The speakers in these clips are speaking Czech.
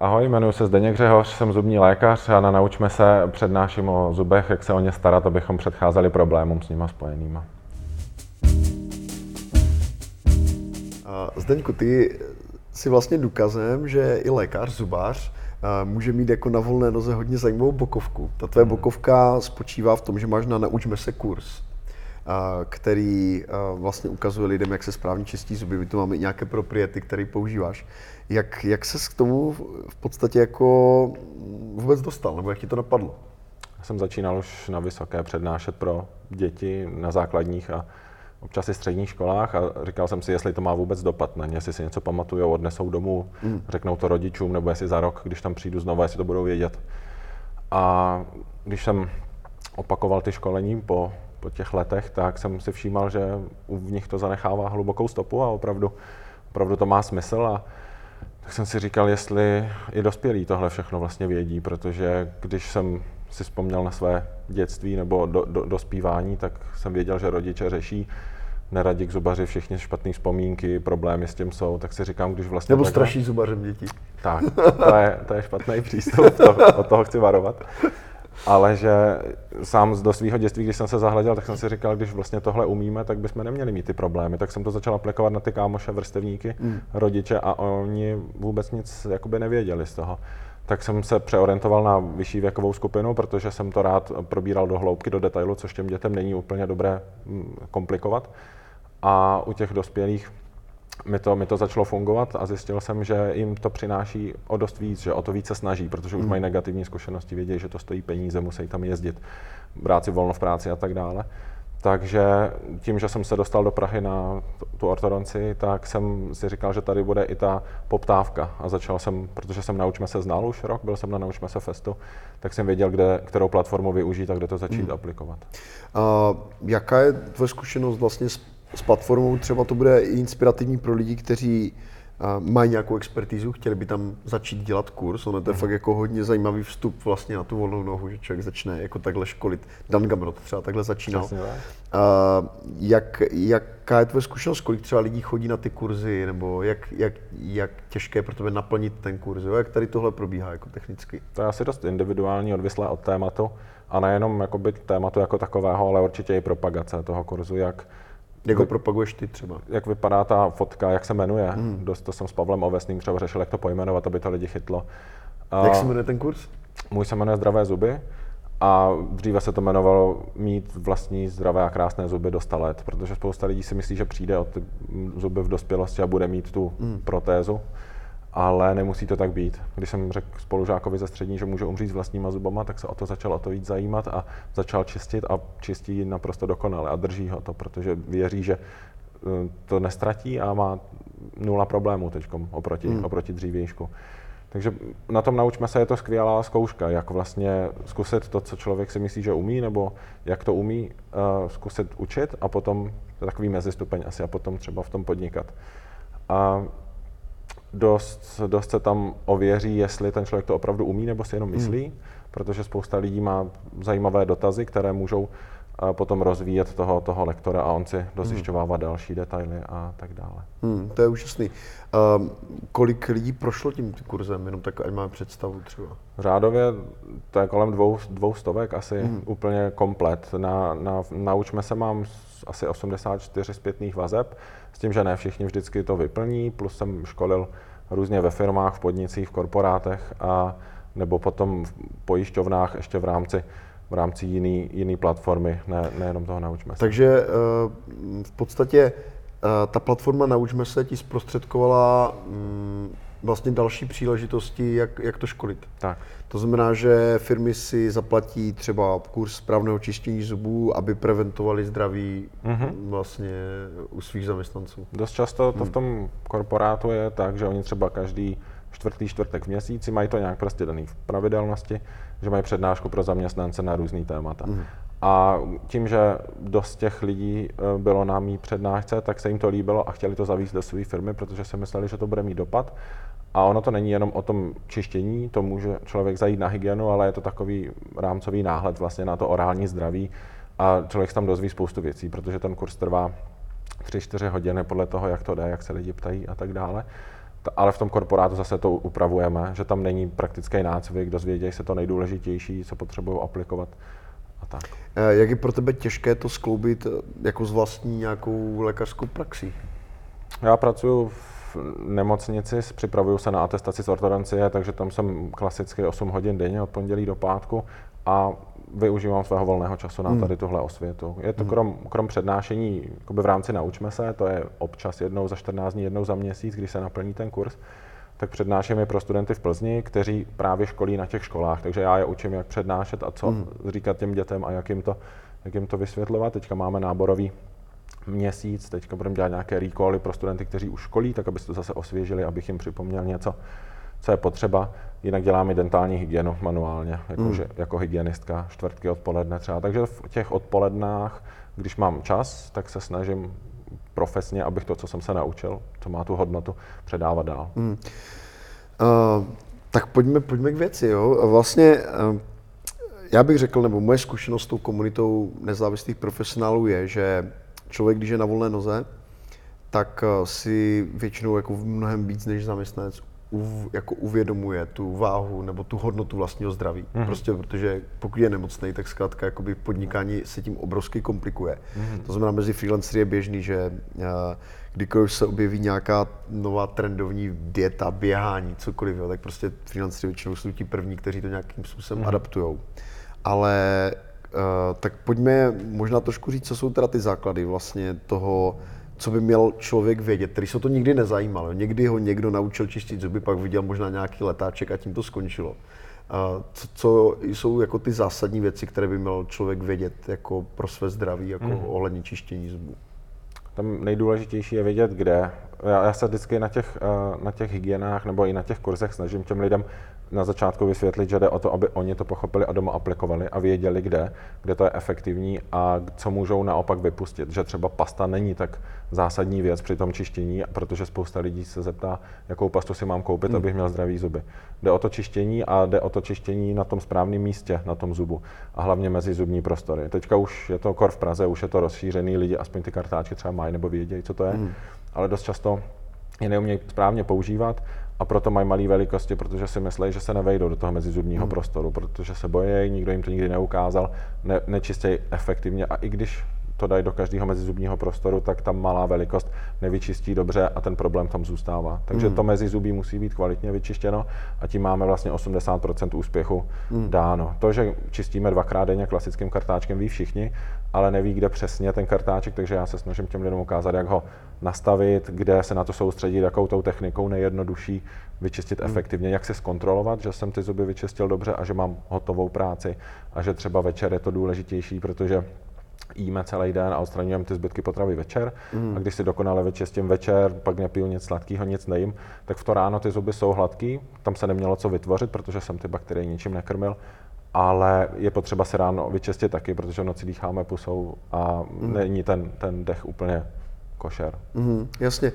Ahoj, jmenuji se Zdeněk Řehoř, jsem zubní lékař a na Naučme se přednáším o zubech, jak se o ně starat, abychom předcházeli problémům s nimi spojenýma. Zdeňku, ty jsi vlastně důkazem, že i lékař, zubář, může mít jako na volné noze hodně zajímavou bokovku. Ta tvoje bokovka spočívá v tom, že máš na Naučme se kurz, který vlastně ukazuje lidem, jak se správně čistí zuby. My tu máme i nějaké propriety, které používáš. Jak ses k tomu v podstatě jako vůbec dostal, nebo jak ti to napadlo? Já jsem začínal už na vysoké přednášet pro děti na základních a občas i středních školách a říkal jsem si, jestli to má vůbec dopad na ně, jestli si něco pamatujou, odnesou domů, řeknou to rodičům, nebo jestli za rok, když tam přijdu znovu, jestli to budou vědět. A když jsem opakoval ty školení po těch letech, tak jsem si všímal, že v nich to zanechává hlubokou stopu a opravdu to má smysl. A tak jsem si říkal, jestli i dospělí tohle všechno vlastně vědí, protože když jsem si vzpomněl na své dětství nebo dospívání, tak jsem věděl, že rodiče řeší neradi k zubaři, všichni špatné vzpomínky, problémy s tím jsou, tak si říkám, když vlastně... Nebo straší zubařem děti. Tak, to je špatný přístup, od toho chci varovat. Ale že sám do svého dětství, když jsem se zahleděl, tak jsem si říkal, když vlastně tohle umíme, tak bychom neměli mít ty problémy. Tak jsem to začal aplikovat na ty kámoše, vrstevníky, rodiče a oni vůbec nic jakoby nevěděli z toho. Tak jsem se přeorientoval na vyšší věkovou skupinu, protože jsem to rád probíral do hloubky, do detailu, což těm dětem není úplně dobré komplikovat. A u těch dospělých mi to začalo fungovat a zjistil jsem, že jim to přináší o dost víc, že o to více snaží, protože už mají negativní zkušenosti, vědějí, že to stojí peníze, musí tam jezdit, brát si volno v práci a tak dále. Takže tím, že jsem se dostal do Prahy na tu ortodonci, tak jsem si říkal, že tady bude i ta poptávka a začal jsem, protože jsem Naučme se znal už rok, byl jsem na Naučme se festu, tak jsem věděl, kterou platformu využít a kde to začít aplikovat. Jaká je tvoje zkušenost vlastně s platformou? Třeba to bude i inspirativní pro lidi, kteří mají nějakou expertízu, chtěli by tam začít dělat kurz. Ono to je fakt jako hodně zajímavý vstup vlastně na tu volnou nohu, že člověk začne jako takhle školit. Dan Gamrot třeba takhle začínal. Jaká je tvoje zkušenost? Kolik třeba lidí chodí na ty kurzy? Nebo jak těžké je pro tebe naplnit ten kurz? Jo? Jak tady tohle probíhá jako technicky? To je asi dost individuální, odvislé od tématu. A nejenom jakoby tématu jako takového, ale určitě i propagace toho kurzu, jak ho propaguješ ty třeba? Jak vypadá ta fotka, jak se jmenuje. To jsem s Pavlem Ovesným třeba řešil, jak to pojmenovat, aby to lidi chytlo. Jak se jmenuje ten kurz? Můj se jmenuje Zdravé zuby a dříve se to jmenovalo Mít vlastní zdravé a krásné zuby do 100 let, protože spousta lidí si myslí, že přijde o ty zuby v dospělosti a bude mít tu protézu, ale nemusí to tak být. Když jsem řekl spolužákovi ze střední, že může umřít s vlastníma zubama, tak se o to začal víc zajímat a začal čistit a čistí naprosto dokonale a drží ho to, protože věří, že to nestratí a má 0 problémů teďkom oproti dřívějšku. Takže na tom Naučme se, je to skvělá zkouška, jak vlastně zkusit to, co člověk si myslí, že umí, nebo jak to umí, zkusit učit a potom takový mezistupeň asi a potom třeba v tom podnikat. A dost se tam ověří, jestli ten člověk to opravdu umí, nebo si jenom myslí, protože spousta lidí má zajímavé dotazy, které můžou potom rozvíjet toho lektora a on si dozjišťovává další detaily a tak dále. To je úžasný. Kolik lidí prošlo tím kurzem, jenom tak ať máme představu třeba? Řádově to je kolem 200 asi úplně komplet. Naučme se mám asi 84 zpětných vazeb, s tím, že ne všichni vždycky to vyplní, plus jsem školil různě ve firmách, v podnicích, v korporátech a nebo potom v pojišťovnách ještě v rámci jiný platformy, nejenom toho Naučme se. Takže v podstatě ta platforma Naučme se ti zprostředkovala vlastně další příležitosti, jak to školit. Tak. To znamená, že firmy si zaplatí třeba kurz správného čištění zubů, aby preventovali zdraví vlastně u svých zaměstnanců. Dost často to v tom korporátu je tak, že oni třeba každý čtvrtek v měsíci mají to nějak prostě daný v pravidelnosti, že mají přednášku pro zaměstnance na různý témata. A tím, že dost těch lidí bylo na mý přednášce, tak se jim to líbilo a chtěli to zavízt do své firmy, protože si mysleli, že to bude mít dopad. A ono to není jenom o tom čištění, to může člověk zajít na hygienu, ale je to takový rámcový náhled vlastně na to orální zdraví a člověk tam dozví spoustu věcí, protože ten kurz trvá 3-4 hodiny podle toho, jak to jde, jak se lidi ptají a tak dále. Ale v tom korporátu zase to upravujeme, že tam není praktický nácvik, dozvědějí se to nejdůležitější, co potřebují aplikovat a tak. Jak je pro tebe těžké to skloubit jako s vlastní nějakou lékařskou praxí? Já pracuji v nemocnici, připravuju se na atestaci z ortodoncie, takže tam jsem klasicky 8 hodin denně od pondělí do pátku a využívám svého volného času na tady tuhle osvětu. Je to krom přednášení v rámci Naučme se, to je občas jednou za 14 dní, jednou za měsíc, když se naplní ten kurz, tak přednáším je pro studenty v Plzni, kteří právě školí na těch školách, takže já je učím, jak přednášet a co říkat těm dětem a jak jim to vysvětlovat. Teďka máme náborový měsíc, teďka budeme dělat nějaké recally pro studenty, kteří už školí, tak aby se to zase osvěžili, abych jim připomněl něco, co je potřeba. Jinak dělám i dentální hygienu manuálně, jako hygienistka, čtvrtky odpoledne třeba. Takže v těch odpolednách, když mám čas, tak se snažím profesně, abych to, co jsem se naučil, co má tu hodnotu, předávat dál. Tak pojďme k věci. Jo. Vlastně já bych řekl, nebo moje zkušenost s tou komunitou nezávislých profesionálů je, že člověk, když je na volné noze, tak si většinou jako mnohem víc než zaměstnanec jako uvědomuje tu váhu nebo tu hodnotu vlastního zdraví. Prostě protože pokud je nemocný, tak zkrátka jakoby podnikání se tím obrovsky komplikuje. To znamená, mezi freelancery je běžný, že kdykoliv se objeví nějaká nová trendovní dieta, běhání, cokoliv, jo, tak prostě freelancery většinou jsou ti první, kteří to nějakým způsobem adaptujou. Ale tak pojďme možná trošku říct, co jsou teda ty základy vlastně toho, co by měl člověk vědět, který se to nikdy nezajímal. Někdy ho někdo naučil čistit zuby, pak viděl možná nějaký letáček a tím to skončilo. Co jsou jako ty zásadní věci, které by měl člověk vědět jako pro své zdraví, jako ohledně čištění zubů? Tam nejdůležitější je vědět, kde. Já se vždycky na těch hygienách nebo i na těch kurzech snažím těm lidem na začátku vysvětlit, že jde o to, aby oni to pochopili a doma aplikovali a věděli, kde to je efektivní a co můžou naopak vypustit. Že třeba pasta není tak zásadní věc při tom čištění, protože spousta lidí se zeptá, jakou pastu si mám koupit, abych měl zdravý zuby. Jde o to čištění a jde o to čištění na tom správném místě, na tom zubu a hlavně mezi zubní prostory. Teďka už je to kor v Praze, už je to rozšířený, lidi aspoň ty kartáčky třeba mají nebo vědějí, co to je, ale dost často je neumějí správně používat a proto mají malé velikosti, protože si myslí, že se nevejdou do toho mezizubního prostoru, protože se bojí, nikdo jim to nikdy neukázal, nečistějí efektivně a i když to dají do každého mezizubního prostoru, tak ta malá velikost nevyčistí dobře a ten problém tam zůstává. Takže to mezizubí musí být kvalitně vyčištěno a tím máme vlastně 80% úspěchu dáno. To, že čistíme 2krát denně klasickým kartáčkem, ví všichni, ale neví, kde přesně ten kartáček, takže já se snažím těm lidem ukázat, jak ho nastavit, kde se na to soustředit, jakou tou technikou nejjednodušší vyčistit efektivně, jak se zkontrolovat, že jsem ty zuby vyčistil dobře a že mám hotovou práci a že třeba večer je to důležitější, protože jíme celý den a odstraňujeme ty zbytky potravy večer a když si dokonale vyčistím večer, pak nepiju nic sladkého, nic nejím, tak v to ráno ty zuby jsou hladký, tam se nemělo co vytvořit, protože jsem ty bakterie ničím nekrmil, ale je potřeba se ráno vyčistit taky, protože v noci dýcháme pusou a není ten dech úplně košer. Jasně.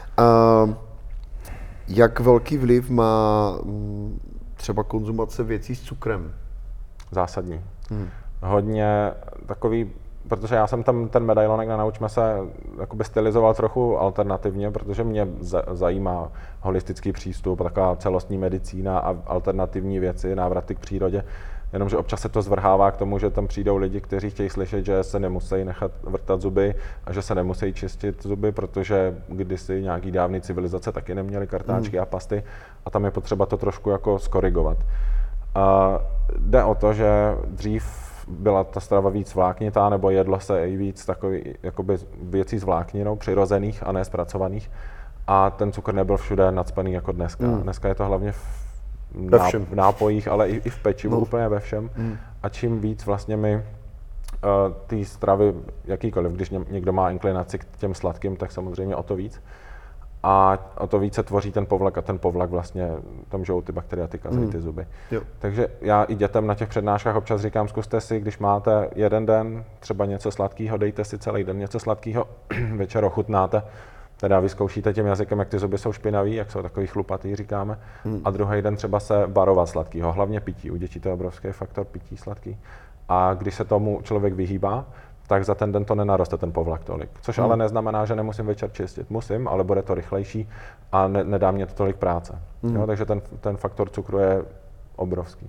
Jak velký vliv má třeba konzumace věcí s cukrem? Zásadní. Hodně takový, protože já jsem tam ten medailonek na Naučme se jakoby stylizoval trochu alternativně, protože mě zajímá holistický přístup, taková celostní medicína a alternativní věci, návraty k přírodě. Jenomže občas se to zvrhává k tomu, že tam přijdou lidi, kteří chtějí slyšet, že se nemusí nechat vrtat zuby a že se nemusí čistit zuby, protože kdysi nějaký dávný civilizace taky neměly kartáčky a pasty a tam je potřeba to trošku jako skorigovat. Jde o to, že dřív byla ta strava víc vláknitá, nebo jedlo se i víc takový, jakoby věcí s vlákninou, přirozených a ne zpracovaných. A ten cukr nebyl všude nacpaný jako dneska. Dneska je to hlavně v nápojích, ale i v pečivu, úplně ve všem. A čím víc vlastně my ty stravy, jakýkoliv, když někdo má inklinaci k těm sladkým, tak samozřejmě o to víc. A o to více tvoří ten povlak a ten povlak vlastně tam žijou ty bakterie a ty kazejí ty zuby. Jo. Takže já i dětem na těch přednáškách občas říkám, zkuste si, když máte jeden den třeba něco sladkého, dejte si celý den něco sladkého, večer ochutnáte, teda vyzkoušíte tím jazykem, jak ty zuby jsou špinavý, jak jsou takový chlupatý, říkáme, a druhý den třeba se varovat sladkého, hlavně pití. U dětí to je obrovský faktor pití sladký. A když se tomu člověk vyhýbá, tak za ten den to nenaroste ten povlak tolik. Což ale neznamená, že nemusím večer čistit. Musím, ale bude to rychlejší a nedá mě to tolik práce. Jo, takže ten faktor cukru je obrovský.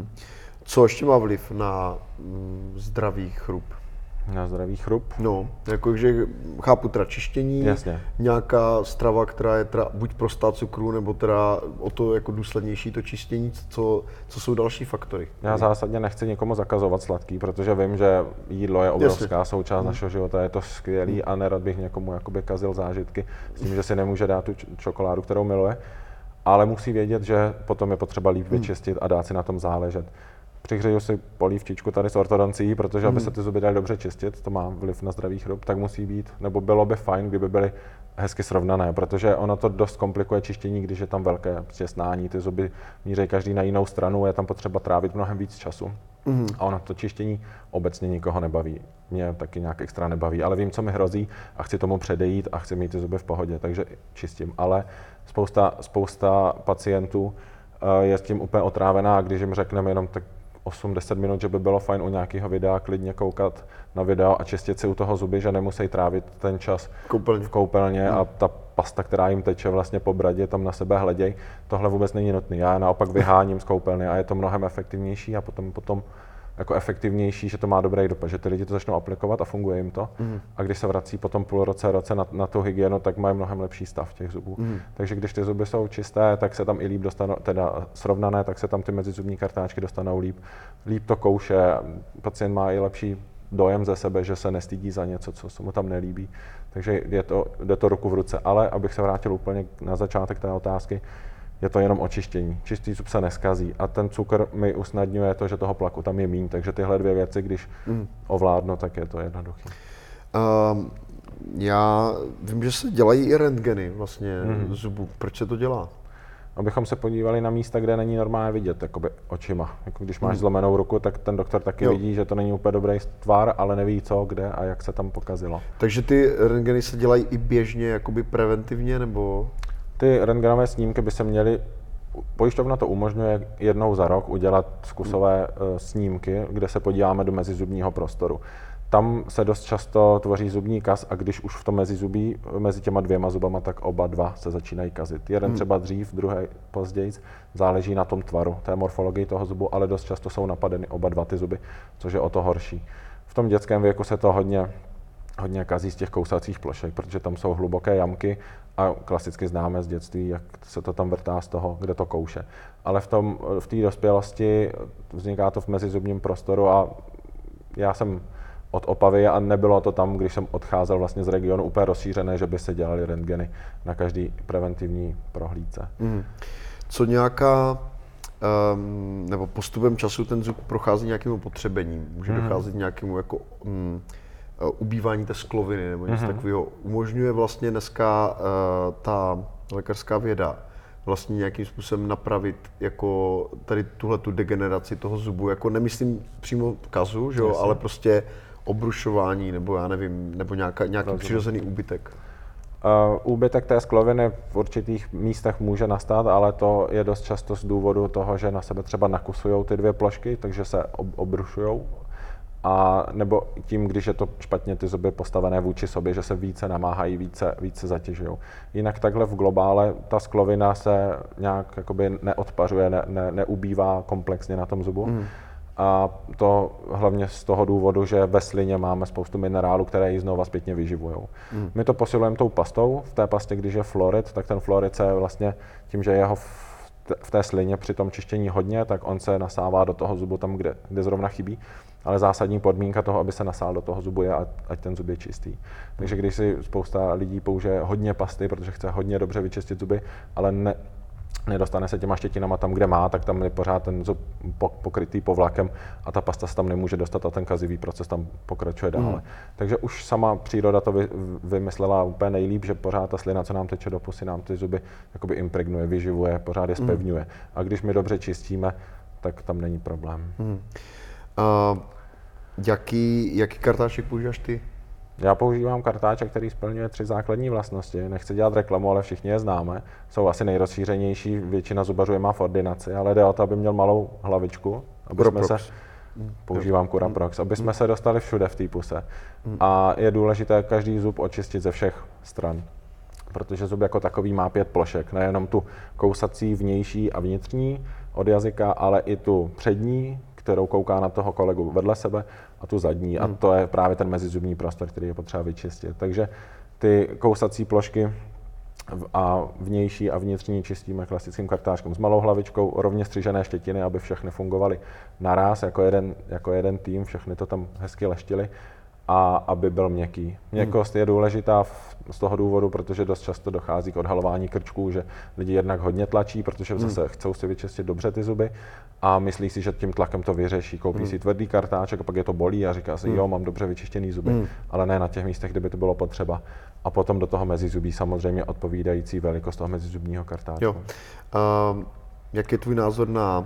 Co ještě má vliv na zdravý chrup? Na zdravý chrup? No, jakože chápu teda čištění, Jasně. nějaká strava, která je teda buď prostá cukru, nebo teda o to jako důslednější to čištění, co jsou další faktory? Já zásadně nechci nikomu zakazovat sladký, protože vím, že jídlo je obrovská součást našeho života, je to skvělý a nerad bych někomu jakoby kazil zážitky s tím, že si nemůže dát tu čokoládu, kterou miluje, ale musí vědět, že potom je potřeba líp vyčistit a dát si na tom záležet. Přihřeju si polívčičku tady s ortodoncií, protože aby se ty zuby daly dobře čistit, to má vliv na zdravý chrup, tak musí být, nebo bylo by fajn, kdyby byly hezky srovnané, protože ono to dost komplikuje čištění, když je tam velké stěsnání, ty zuby míří každý na jinou stranu, je tam potřeba trávit mnohem víc času. A ono to čištění obecně nikoho nebaví. Mě taky nějak extra nebaví, ale vím, co mi hrozí a chci tomu předejít a chci mít ty zuby v pohodě, takže čistím. Ale spousta pacientů je s tím úplně otrávená a když jim řekneme jenom tak 8-10 minut, že by bylo fajn u nějakého videa klidně koukat na video a čistit si u toho zuby, že nemusí trávit ten čas v koupelně a ta pasta, která jim teče vlastně po bradě, tam na sebe hleděj. Tohle vůbec není nutné. Já naopak vyháním z koupelny a je to mnohem efektivnější a potom jako efektivnější, že to má dobrý dopad, že ty lidi to začnou aplikovat a funguje jim to. A když se vrací potom půl roce na tu hygienu, tak mají mnohem lepší stav těch zubů. Takže když ty zuby jsou čisté, tak se tam i líp dostanou, teda srovnané, tak se tam ty mezizubní kartáčky dostanou líp. Líp to kouše, pacient má i lepší dojem ze sebe, že se nestydí za něco, co se mu tam nelíbí. Takže jde to ruku v ruce. Ale abych se vrátil úplně na začátek té otázky, je to jenom očištění. Čistý zub se neskazí a ten cukr mi usnadňuje to, že toho plaku tam je míň, takže tyhle dvě věci, když ovládnu, tak je to jednoduché. Já vím, že se dělají i rentgeny vlastně zubů. Proč se to dělá? Abychom se podívali na místa, kde není normálně vidět, jakoby očima. Jako když máš zlomenou ruku, tak ten doktor taky vidí, že to není úplně dobrý tvar, ale neví co, kde a jak se tam pokazilo. Takže ty rentgeny se dělají i běžně, jakoby preventivně, nebo? Ty rentgenové snímky by se měly, pojišťovna to umožňuje jednou za rok udělat zkusové snímky, kde se podíváme do mezizubního prostoru. Tam se dost často tvoří zubní kaz a když už v tom mezizubí, mezi těma dvěma zubama, tak oba dva se začínají kazit. Jeden třeba dřív, druhý později, záleží na tom tvaru, té morfologii toho zubu, ale dost často jsou napadeny oba dva ty zuby, což je o to horší. V tom dětském věku se to hodně kazí z těch kousacích plošek, protože tam jsou hluboké jamky a klasicky známe z dětství, jak se to tam vrtá z toho, kde to kouše. Ale v té dospělosti vzniká to v mezizubním prostoru a já jsem od Opavy a nebylo to tam, když jsem odcházel vlastně z regionu úplně rozšířené, že by se dělaly rentgeny na každý preventivní prohlídce. Co nějaká, nebo postupem času ten zub prochází nějakým potřebením? Může docházet nějakému jako ubývání té skloviny nebo něco takového. Umožňuje vlastně dneska ta lékařská věda vlastně nějakým způsobem napravit jako tady tuhletu degeneraci toho zubu, jako nemyslím přímo kazu, že jo, ale prostě obrušování nebo já nevím, nebo nějaký přirozený úbytek. Úbytek té skloviny v určitých místech může nastat, ale to je dost často z důvodu toho, že na sebe třeba nakusují ty dvě plošky, takže se obrušujou. A nebo tím, když je to špatně ty zuby postavené vůči sobě, že se více namáhají, více zatěžují. Jinak takhle v globále ta sklovina se nějak jakoby neodpařuje, neubývá komplexně na tom zubu. A to hlavně z toho důvodu, že ve slině máme spoustu minerálů, které ji znova zpětně vyživují. My to posilujeme tou pastou. V té pastě, když je fluorid, tak ten fluorid se vlastně tím, že jeho v té slině při tom čištění hodně, tak on se nasává do toho zubu tam, kde zrovna chybí. Ale zásadní podmínka toho, aby se nasál do toho zubu, je, ať ten zub je čistý. Takže když si spousta lidí použije hodně pasty, protože chce hodně dobře vyčistit zuby, ale nedostane se těma štětinama tam, kde má, tak tam je pořád ten zub pokrytý povlakem a ta pasta se tam nemůže dostat a ten kazivý proces tam pokračuje dále. Takže už sama příroda to vymyslela úplně nejlíp, že pořád ta slina, co nám teče do pusy, nám ty zuby jakoby impregnuje, vyživuje, pořád je zpevňuje. A když my dobře čistíme, tak tam není problém. Jaký kartáček používáš ty? Já používám kartáček, který splňuje 3 základní vlastnosti. Nechci dělat reklamu, ale všichni je známe. Jsou asi nejrozšířenější, většina zubařů je má v ordinaci, ale jde o to, aby měl malou hlavičku, aby jsme se Používám Curaprox, aby jsme se dostali všude v té puse. A je důležité každý zub očistit ze všech stran. Protože zub jako takový má 5 plošek, nejenom tu kousací vnější a vnitřní od jazyka, ale i tu přední, kterou kouká na toho kolegu vedle sebe, a tu zadní. A to je právě ten mezizubní prostor, který je potřeba vyčistit. Takže ty kousací plošky a vnější a vnitřní čistíme klasickým kartáčkem s malou hlavičkou, rovně střižené štětiny, aby všechny fungovaly naráz jako jeden tým, všechny to tam hezky leštily a aby byl měkký. Měkkost je důležitá z toho důvodu, protože dost často dochází k odhalování krčků, že lidi jednak hodně tlačí, protože zase chcou si vyčistit dobře ty zuby a myslí si, že tím tlakem to vyřeší. Koupí si tvrdý kartáček a pak je to bolí a říká si, jo, mám dobře vyčištěný zuby, ale ne na těch místech, kde by to bylo potřeba. A potom do toho mezizubí samozřejmě odpovídající velikost toho mezizubního kartáčku. Jo. Jak je tvůj názor na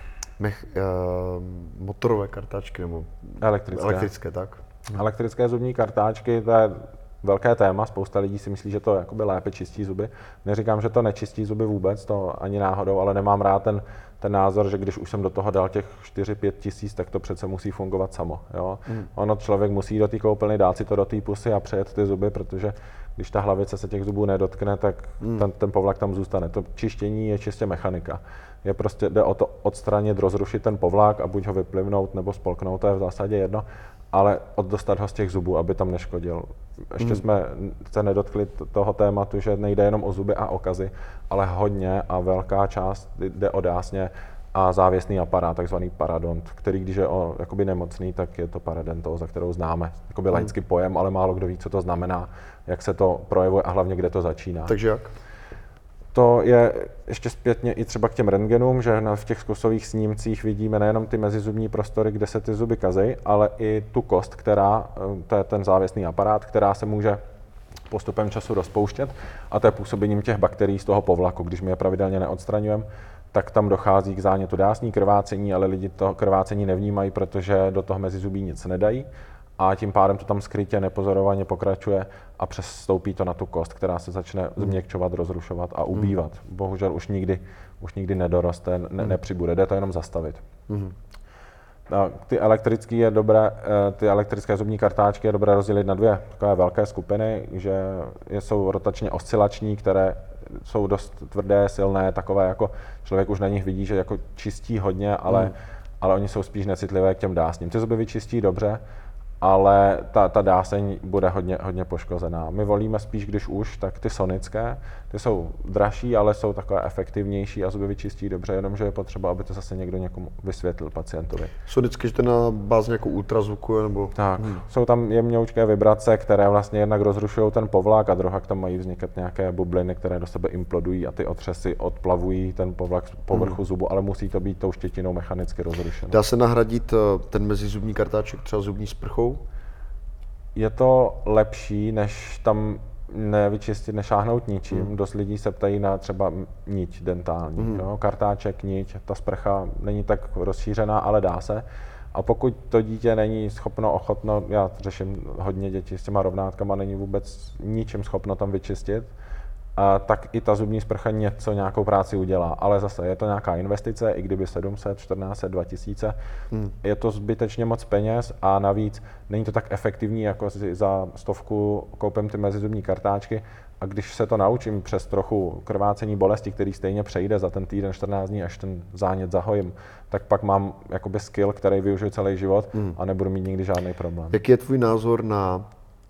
motorové kartáčky nebo elektrické, tak? Elektrické zubní kartáčky, to je velké téma, spousta lidí si myslí, že to jakoby lépe čistí zuby. Neříkám, že to nečistí zuby vůbec, to ani náhodou, ale nemám rád ten názor, že když už jsem do toho dal těch 4-5 tisíc, tak to přece musí fungovat samo. Jo? Ono člověk musí do té koupelny dát si to do té pusy a přejet ty zuby, protože když ta hlavice se těch zubů nedotkne, tak ten povlak tam zůstane. To čištění je čistě mechanika. Jde o to odstranit, rozrušit ten povlak a buď ho vyplivnout nebo spolknout, to je v zásadě jedno, ale dostat ho z těch zubů, aby tam neškodil. Ještě jsme se nedotkli toho tématu, že nejde jenom o zuby a okazy, ale hodně a velká část jde o dásně a závěsný aparát, takzvaný paradont, který když je jakoby nemocný, tak je to paradentóza, kterou známe. Jakoby laický pojem, ale málo kdo ví, co to znamená, jak se to projevuje a hlavně, kde to začíná. Takže jak? To je ještě zpětně i třeba k těm rentgenům, že v těch zkusových snímcích vidíme nejenom ty mezizubní prostory, kde se ty zuby kazí, ale i tu kost, to je ten závěsný aparát, která se může postupem času rozpouštět a to je působením těch bakterií z toho povlaku. Když my je pravidelně neodstraňujeme, tak tam dochází k zánětu dásní, krvácení, ale lidi to krvácení nevnímají, protože do toho mezizubí nic nedají a tím pádem to tam skrytě nepozorovaně pokračuje a přestoupí to na tu kost, která se začne změkčovat, rozrušovat a ubývat. Bohužel už nikdy nedoroste, nepřibude, jde to jenom zastavit. Ty elektrické zubní kartáčky je dobré rozdělit na 2 takové velké skupiny, že jsou rotačně oscilační, které jsou dost tvrdé, silné, takové jako člověk už na nich vidí, že jako čistí hodně, ale oni jsou spíš necitlivé k těm dásním. Ty zuby vyčistí dobře, ale ta dáseň bude hodně poškozená. My volíme spíš, když už, tak ty sonické. Ty jsou dražší, ale jsou takové efektivnější a zuby vyčistí dobře, jenomže je potřeba, aby to zase někdo někomu vysvětlil pacientovi. Sonické, že to je na bázi nějakou ultrazvuku nebo? Tak, jsou tam jemňoučké vibrace, které vlastně jednak rozrušují ten povlak a druhak tam mají vznikat nějaké bubliny, které do sebe implodují a ty otřesy odplavují ten povlak z povrchu zubu, ale musí to být tou štětinou mechanicky rozrušeno. Dá se nahradit ten mezizubní kartáček třeba zubní sprchou? Je to lepší, než tam nevyčistit, nešáhnout ničím. Dost lidí se ptají na třeba niť dentální. Jo? Kartáček, niť, ta sprcha není tak rozšířená, ale dá se. A pokud to dítě není ochotno, já řeším hodně dětí s těma rovnátkama, není vůbec ničím schopno tam vyčistit, tak i ta zubní sprcha nějakou práci udělá. Ale zase je to nějaká investice, i kdyby 700, 1400, 2000, je to zbytečně moc peněz a navíc není to tak efektivní, jako si za 100 koupím ty mezizubní kartáčky a když se to naučím přes trochu krvácení bolesti, který stejně přejde za ten týden, 14 dní, až ten zánět zahojím, tak pak mám jakoby skill, který využiju celý život a nebudu mít nikdy žádný problém. Jaký je tvůj názor na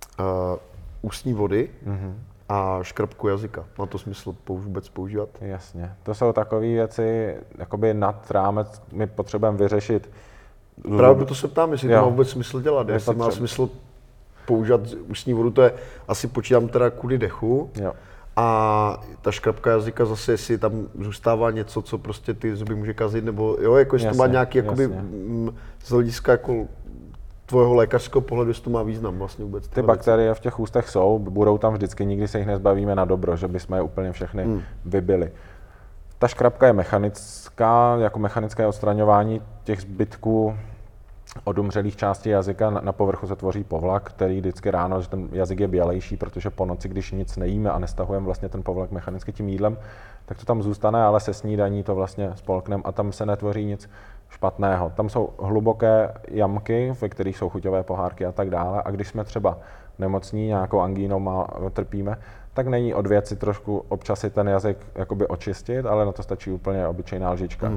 ústní vody a škrabku jazyka? Má to smysl vůbec používat? Jasně. To jsou takové věci, jakoby nad rámec my potřebujeme vyřešit. Právě proto se ptám, jestli to má vůbec smysl dělat, jestli má smysl používat ústní vodu, to je asi počítám teda kvůli dechu. Jo. A ta škrabka jazyka zase, jestli tam zůstává něco, co prostě ty zuby může kazit, nebo jo, jako jestli to má nějaký jakoby z hlediska jako tvojho lékařského pohledu, jestli to má význam vlastně vůbec. Ty bakterie v těch ústech jsou, budou tam vždycky, nikdy se jich nezbavíme na dobro, že bychom je úplně všechny vybili. Ta škrabka je mechanická, jako mechanické odstraňování těch zbytků odumřelých částí jazyka. Na povrchu se tvoří povlak, který vždycky ráno, že ten jazyk je bělejší, protože po noci, když nic nejíme a nestahujeme vlastně ten povlak mechanicky tím jídlem, tak to tam zůstane, ale se snídaní to vlastně spolknem a tam se netvoří nic. špatného. Tam jsou hluboké jamky, ve kterých jsou chuťové pohárky a tak dále. A když jsme třeba nemocní, nějakou angínou trpíme, tak není od věci trošku občas si ten jazyk jakoby očistit, ale na to stačí úplně obyčejná lžička.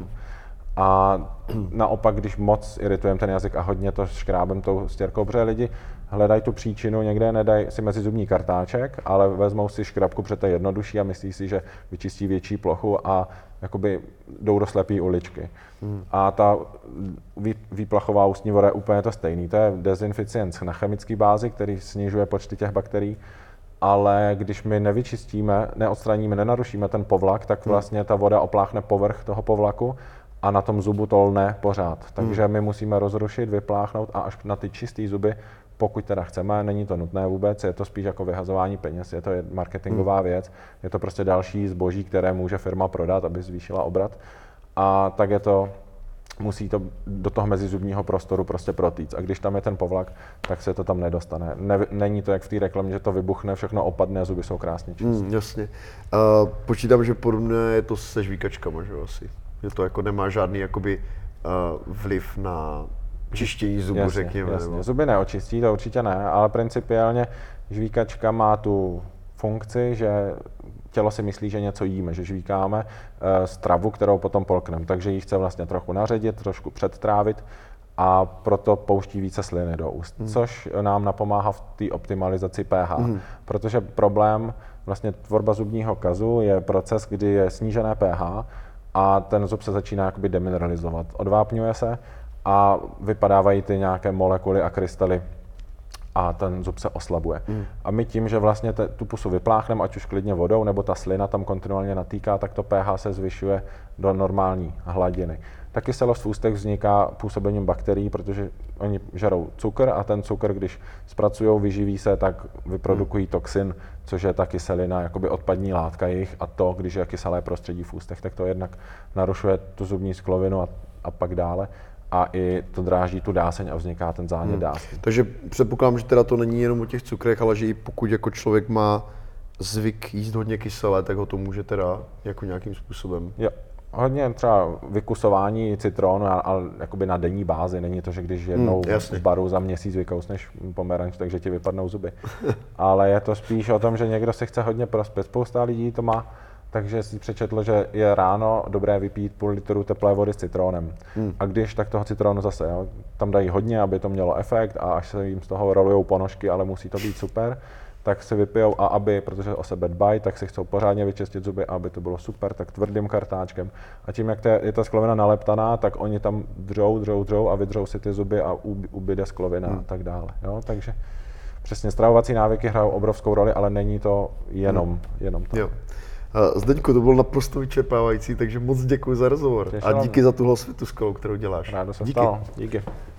A naopak, když moc iritujeme ten jazyk a hodně to škrábem tou stěrkou, protože lidi hledají tu příčinu, někde nedají si mezizubní kartáček, ale vezmou si škrabku, protože to je jednodušší a myslí si, že vyčistí větší plochu a jakoby jdou do slepý uličky. A ta výplachová ústní voda je úplně to stejný. To je dezinficient na chemické bázi, který snižuje počty těch bakterií, ale když my nevyčistíme, neodstraníme, nenarušíme ten povlak, tak vlastně ta voda opláchne povrch toho povlaku a na tom zubu to lne pořád. Takže my musíme rozrušit, vypláchnout a až na ty čistý zuby, pokud teda chceme, není to nutné vůbec, je to spíš jako vyhazování peněz, je to marketingová věc, je to prostě další zboží, které může firma prodat, aby zvýšila obrat. A tak je to, musí to do toho mezizubního prostoru prostě protýct. A když tam je ten povlak, tak se to tam nedostane. Není to jak v té reklamě, že to vybuchne, všechno opadne a zuby jsou krásně čisté. Jasně. Počítám, že podobné je to se žvíkačkama, že asi. Že to jako nemá žádný jakoby vliv na čištění zubů, jasně, řekněme. Jasně. Nebo... Zuby neočistí, to určitě ne, ale principiálně žvíkačka má tu funkci, že tělo si myslí, že něco jíme, že žvíkáme stravu, kterou potom polkneme, takže ji chce vlastně trochu naředit, trošku předtrávit a proto pouští více sliny do úst, což nám napomáhá v té optimalizaci pH, protože problém, vlastně tvorba zubního kazu je proces, kdy je snížené pH a ten zub se začíná jakoby demineralizovat, odvápňuje se a vypadávají ty nějaké molekuly a krystaly a ten zub se oslabuje. A my tím, že vlastně tu pusu vypláchneme, ať už klidně vodou, nebo ta slina tam kontinuálně natýká, tak to pH se zvyšuje do normální hladiny. Ta kyselost v ústech vzniká působením bakterií, protože oni žerou cukr a ten cukr, když zpracují, vyživí se, tak vyprodukují toxin, což je ta kyselina, jakoby odpadní látka jejich a to, když je kyselé prostředí v ústech, tak to jednak narušuje tu zubní sklovinu a pak dále. A i to dráždí tu dáseň a vzniká ten zánět dásně. Takže předpokládám, že teda to není jenom o těch cukrech, ale že i pokud jako člověk má zvyk jíst hodně kyselé, tak ho to může teda jako nějakým způsobem. Jo. Hodně třeba vykusování citronu, ale jakoby na denní bázi. Není to, že když jednou v baru za měsíc vykousneš pomeranč, takže ti vypadnou zuby. Ale je to spíš o tom, že někdo si chce hodně prospět. Spousta lidí to má, takže si přečetl, že je ráno dobré vypít půl litru teplé vody s citronem. A když, tak toho citronu zase, jo, tam dají hodně, aby to mělo efekt a až se jim z toho rolujou ponožky, ale musí to být super, tak si vypijou a aby, protože o sebe dbají, tak si chcou pořádně vyčistit zuby, aby to bylo super, tak tvrdým kartáčkem. A tím, jak je ta sklovina naleptaná, tak oni tam dřou a vydřou si ty zuby a ubyde sklovina a tak dále. Jo? Takže přesně stravovací návyky hrajou obrovskou roli, ale není to jenom to. Jo. Zdeňku, to bylo naprosto vyčerpávající, takže moc děkuji za rozhovor. A díky za tuhle světu skvělou, kterou děláš. Rádo se stalo. Díky.